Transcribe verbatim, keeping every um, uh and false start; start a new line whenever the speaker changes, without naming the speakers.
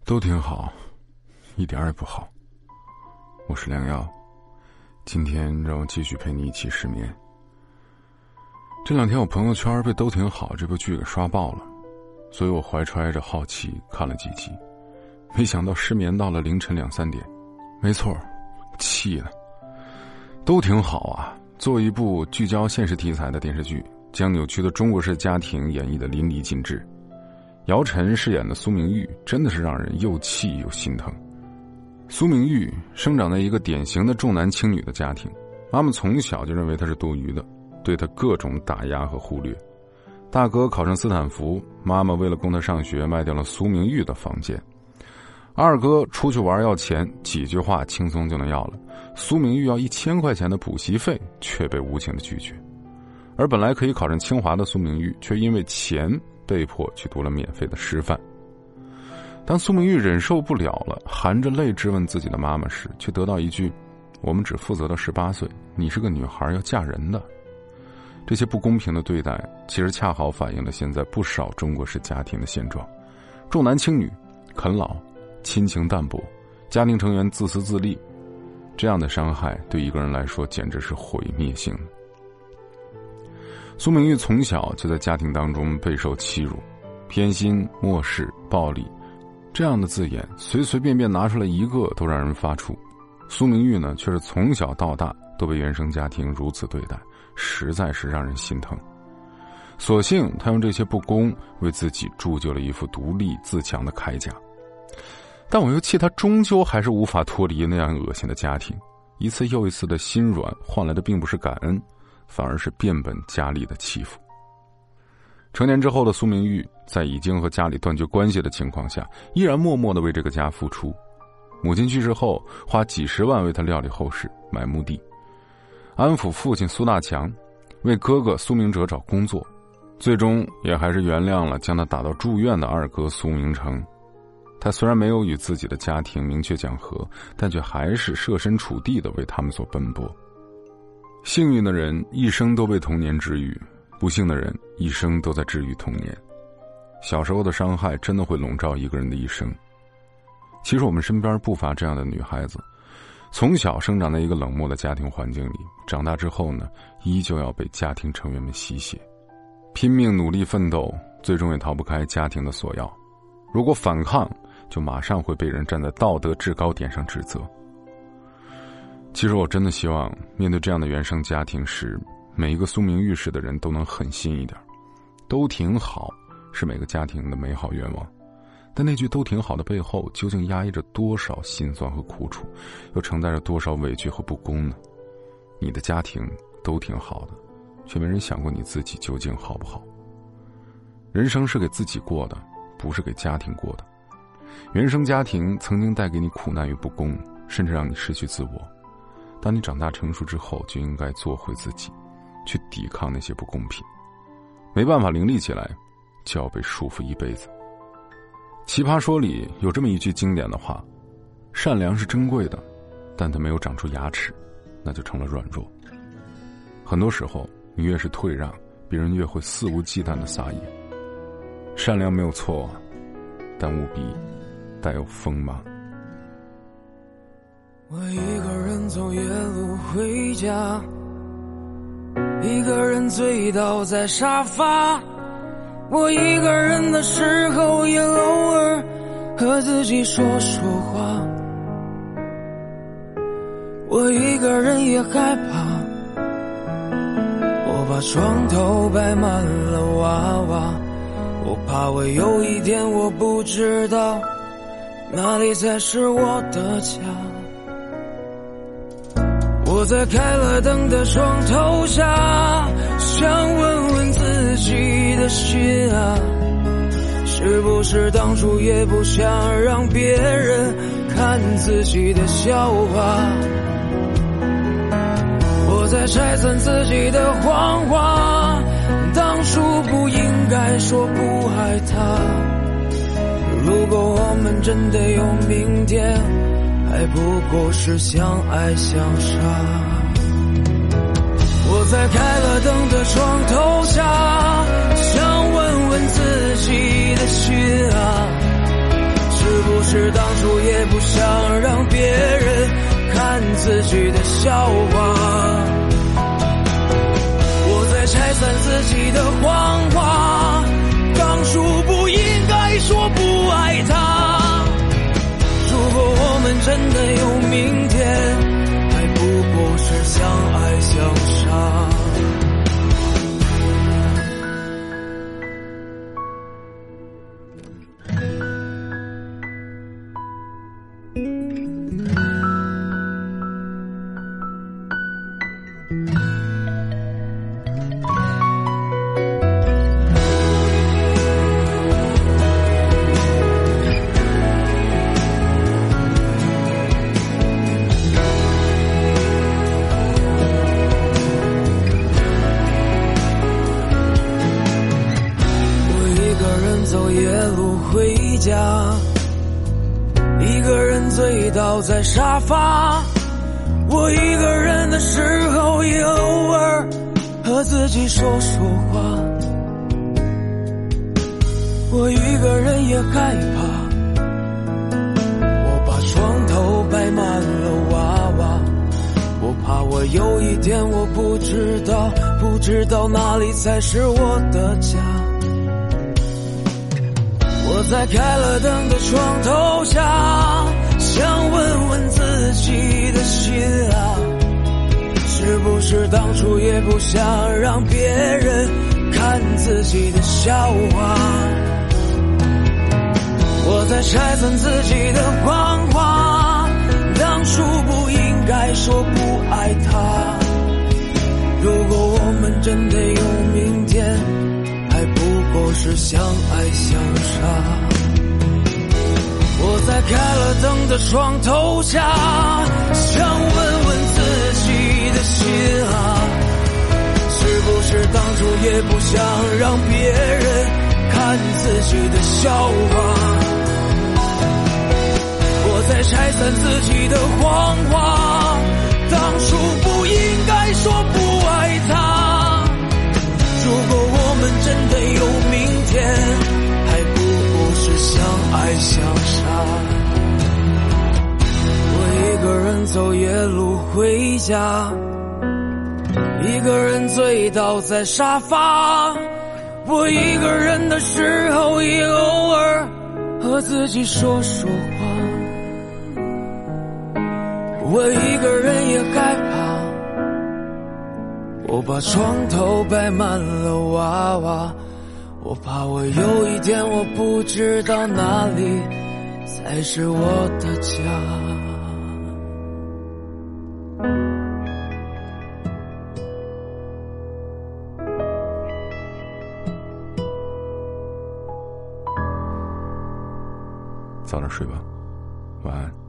都挺好，一点也不好。我是良药，今天让我继续陪你一起失眠。这两天我朋友圈被都挺好这部剧给刷爆了，所以我怀揣着好奇看了几集，没想到失眠到了凌晨两三点。没错，气了。都挺好啊，作为一部聚焦现实题材的电视剧，将扭曲的中国式家庭演绎得淋漓尽致。姚晨饰演的苏明玉真的是让人又气又心疼。苏明玉生长在一个典型的重男轻女的家庭，妈妈从小就认为她是多余的，对她各种打压和忽略。大哥考上斯坦福，妈妈为了供他上学卖掉了苏明玉的房间。二哥出去玩要钱，几句话轻松就能要了，苏明玉要一千块钱的补习费却被无情的拒绝。而本来可以考上清华的苏明玉却因为钱被迫去读了免费的师范。当苏明玉忍受不了了，含着泪质问自己的妈妈时，却得到一句：我们只负责到十八岁，你是个女孩要嫁人的。这些不公平的对待其实恰好反映了现在不少中国式家庭的现状，重男轻女，啃老，亲情淡薄，家庭成员自私自利，这样的伤害对一个人来说简直是毁灭性的。苏明玉从小就在家庭当中备受欺辱，偏心、漠视、暴力，这样的字眼随随便便拿出来一个都让人发怵。苏明玉呢，却是从小到大都被原生家庭如此对待，实在是让人心疼。所幸他用这些不公为自己铸就了一副独立自强的铠甲，但我又气他终究还是无法脱离那样恶心的家庭，一次又一次的心软换来的并不是感恩，反而是变本加厉的欺负。成年之后的苏明玉在已经和家里断绝关系的情况下，依然默默地为这个家付出。母亲去世后，花几十万为他料理后事，买墓地，安抚父亲苏大强，为哥哥苏明哲找工作，最终也还是原谅了将他打到住院的二哥苏明成。他虽然没有与自己的家庭明确讲和，但却还是设身处地地为他们所奔波。幸运的人一生都被童年治愈，不幸的人一生都在治愈童年。小时候的伤害真的会笼罩一个人的一生。其实我们身边不乏这样的女孩子，从小生长在一个冷漠的家庭环境里，长大之后呢，依旧要被家庭成员们吸血，拼命努力奋斗，最终也逃不开家庭的索要。如果反抗，就马上会被人站在道德制高点上指责。其实我真的希望面对这样的原生家庭时，每一个苏明玉式的人都能狠心一点。都挺好是每个家庭的美好愿望，但那句都挺好的背后究竟压抑着多少心酸和苦楚，又承载着多少委屈和不公呢？你的家庭都挺好的，却没人想过你自己究竟好不好。人生是给自己过的，不是给家庭过的。原生家庭曾经带给你苦难与不公，甚至让你失去自我。当你长大成熟之后，就应该做回自己，去抵抗那些不公平。没办法凌厉起来，就要被束缚一辈子。奇葩说里有这么一句经典的话：善良是珍贵的，但它没有长出牙齿，那就成了软弱。很多时候你越是退让，别人越会肆无忌惮地撒野。善良没有错，但务必带有锋芒。
我一个人走夜路回家，一个人醉倒在沙发，我一个人的时候也偶尔和自己说说话，我一个人也害怕，我把床头摆满了娃娃，我怕我有一天我不知道哪里才是我的家。我在开了灯的床头下，想问问自己的心啊，是不是当初也不想让别人看自己的笑话。我在拆散自己的谎话，当初不应该说不爱他，如果我们真的有明天，还不过是相爱相杀。我在开了灯的床头下，想问问自己的心啊，是不是是当初也不想让别人看自己的笑话。我在拆散自己的谎话，当初不应该说不爱他。如果我们真的有明天，还不过是相爱相杀。走夜路回家，一个人醉倒在沙发。我一个人的时候也偶尔和自己说说话。我一个人也害怕，我把床头摆满了娃娃。我怕我有一天我不知道，不知道哪里才是我的家。我在开了灯的床头下，想问问自己的心啊，是不是当初也不想让别人看自己的笑话。我在拆散自己的谎话，当初不应该说不爱他。如果我们真的有明天，还不过是相爱相杀。我在开了灯的床头下，想问问自己的心啊，是不是当初也不想让别人看自己的笑话。我在拆散自己的谎话，当初不应该说不爱他。如果我们真的有明天，还不过是相爱相杀。我一个人走夜路回家，一个人醉倒在沙发。我一个人的时候也偶尔和自己说说话。我一个人也害怕，我把床头摆满了娃娃。我怕我有一天我不知道哪里才是我的家。
早点睡吧，晚安。